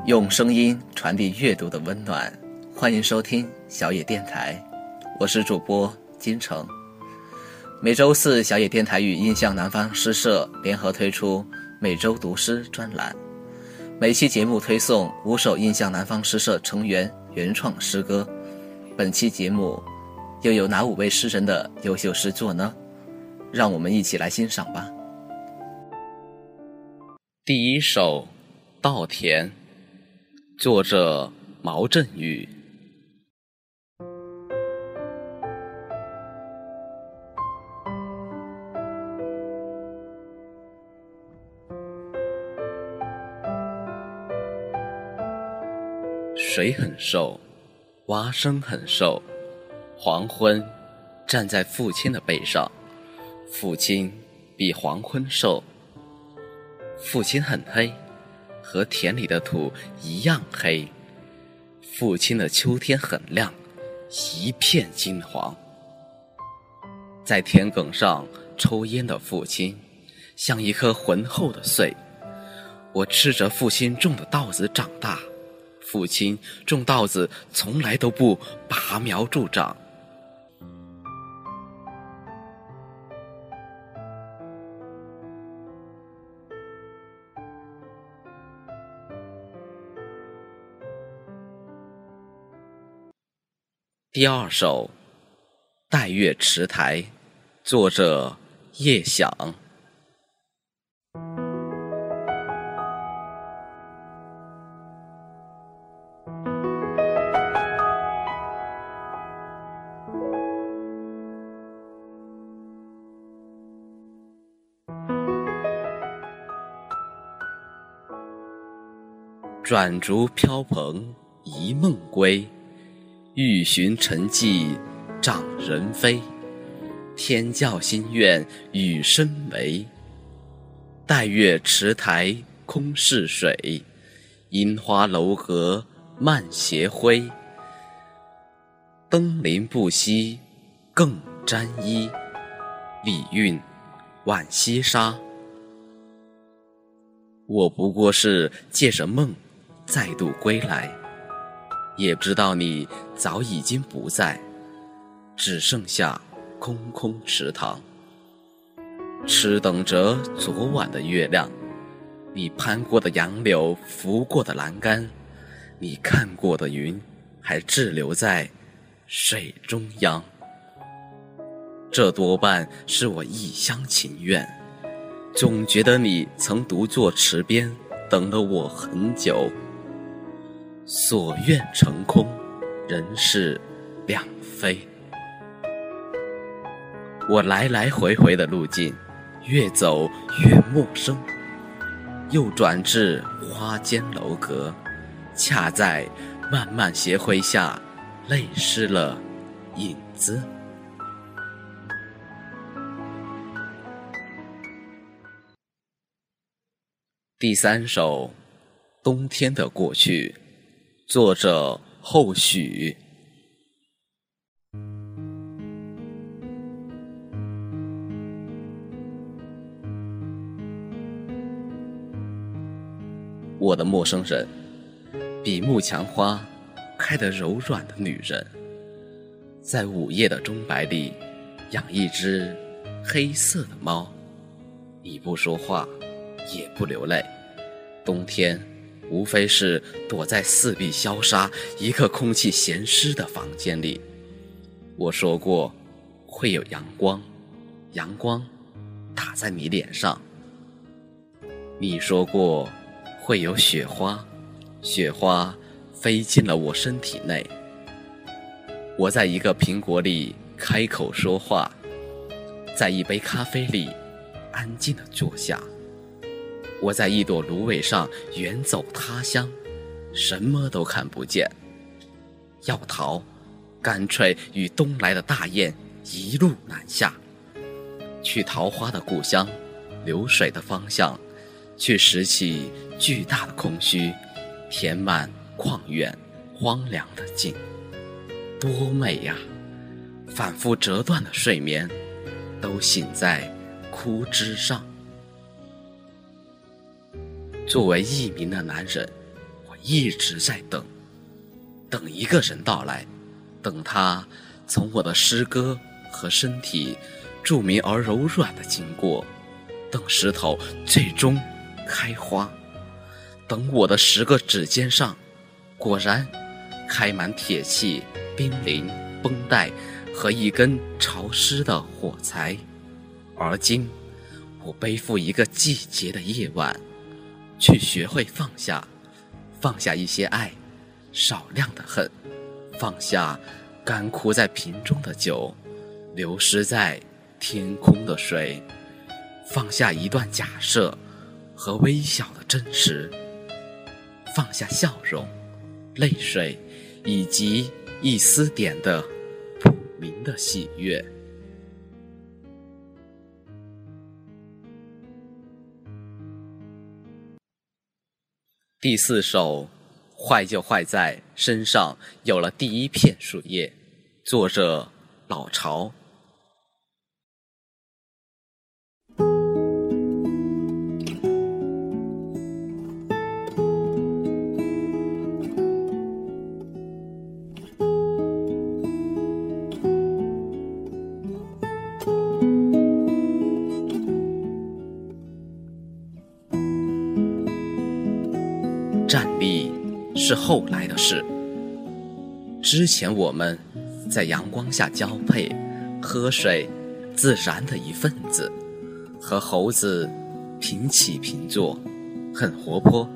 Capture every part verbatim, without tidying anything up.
用声音传递阅读的温暖，欢迎收听小野电台，我是主播金城。每周四，小野电台与印象南方诗社联合推出每周读诗专栏，每期节目推送五首印象南方诗社成员原创诗歌。本期节目又有哪五位诗人的优秀诗作呢？让我们一起来欣赏吧。第一首《稻田》，作者毛振宇。水很瘦，蛙声很瘦，黄昏站在父亲的背上，父亲比黄昏瘦。父亲很黑，和田里的土一样黑。父亲的秋天很亮，一片金黄。在田埂上抽烟的父亲，像一颗浑厚的穗。我吃着父亲种的稻子长大，父亲种稻子从来都不拔苗助长。第二首《待月池台》，作者叶响。转烛飘蓬一梦归，欲寻沉寂掌人飞。天教心愿与身为，待月池台空是水。樱花楼阁漫斜晖，登临不惜更沾衣。李运浣溪沙。我不过是借着梦再度归来，也知道你早已经不在，只剩下空空池塘。痴等着昨晚的月亮，你攀过的杨柳，拂过的栏杆，你看过的云，还滞留在水中央。这多半是我一厢情愿，总觉得你曾独坐池边，等了我很久。所愿成空，人事两非。我来来回回的路径，越走越陌生，又转至花间楼阁，恰在漫漫斜晖下，泪湿了影子。第三首《冬天的过去》，作者后许。我的陌生人，比木墙花开得柔软的女人，在午夜的钟摆里养一只黑色的猫。你不说话，也不流泪。冬天无非是躲在四壁萧杀、一个空气咸湿的房间里。我说过会有阳光，阳光打在你脸上。你说过会有雪花，雪花飞进了我身体内。我在一个苹果里开口说话，在一杯咖啡里安静地坐下。我在一朵芦苇上远走他乡，什么都看不见。要逃，干脆与东来的大雁一路南下，去桃花的故乡，流水的方向，去拾起巨大的空虚，填满旷远荒凉的境。多美呀！反复折断的睡眠，都醒在枯枝上。作为佚名的男人，我一直在等，等一个人到来，等他从我的诗歌和身体著名而柔软的经过，等石头最终开花，等我的十个指尖上果然开满铁器、冰凌、绷带和一根潮湿的火柴。而今我背负一个季节的夜晚，去学会放下，放下一些爱，少量的恨，放下干枯在瓶中的酒，流失在天空的水，放下一段假设和微小的真实，放下笑容、泪水以及一丝点的不明的喜悦。第四首，坏就坏在身上有了第一片树叶，作者老巢。站立是后来的事，之前我们在阳光下交配、喝水，自然的一份子，和猴子平起平坐，很活泼。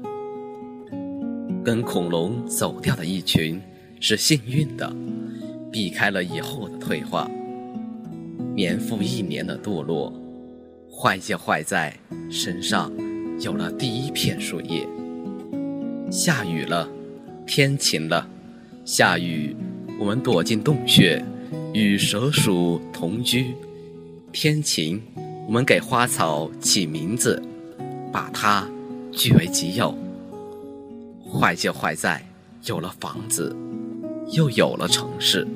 跟恐龙走掉的一群是幸运的，避开了以后的退化，年复一年的堕落。坏就坏在身上有了第一片树叶。下雨了，天晴了，下雨我们躲进洞穴，与蛇鼠同居；天晴我们给花草起名字，把它据为己有。坏就坏在有了房子，又有了城市。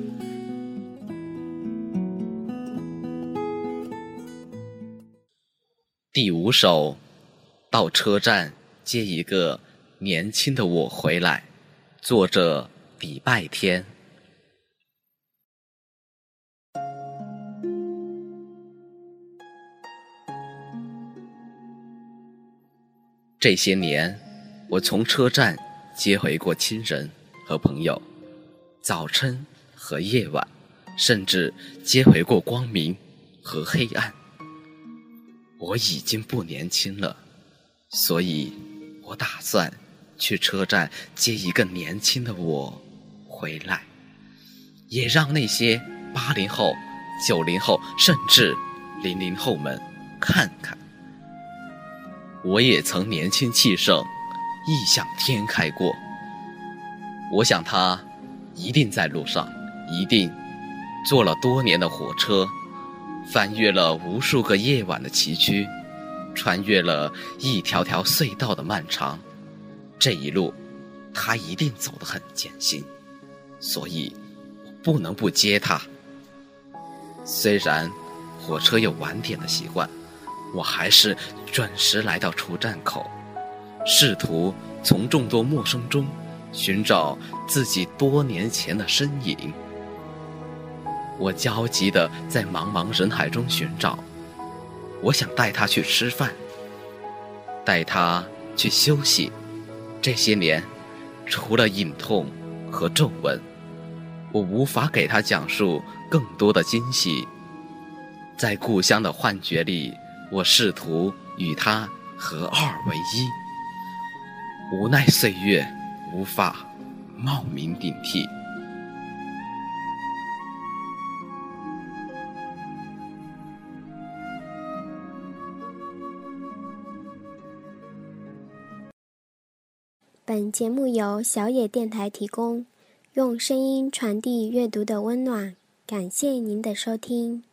第五首，到车站接一个年轻的我回来，作者礼拜天。这些年，我从车站接回过亲人和朋友，早晨和夜晚，甚至接回过光明和黑暗。我已经不年轻了，所以我打算去车站接一个年轻的我回来，也让那些八零后、九零后甚至零零后们看看，我也曾年轻气盛，异想天开过。我想他一定在路上，一定坐了多年的火车，翻越了无数个夜晚的崎岖，穿越了一条条隧道的漫长。这一路他一定走得很艰辛，所以我不能不接他。虽然火车有晚点的习惯，我还是准时来到出站口，试图从众多陌生中寻找自己多年前的身影。我焦急地在茫茫人海中寻找，我想带他去吃饭，带他去休息。这些年，除了隐痛和皱纹，我无法给他讲述更多的惊喜。在故乡的幻觉里，我试图与他合二为一，无奈岁月无法冒名顶替。 本节目由小野电台提供，用声音传递阅读的温暖，感谢您的收听。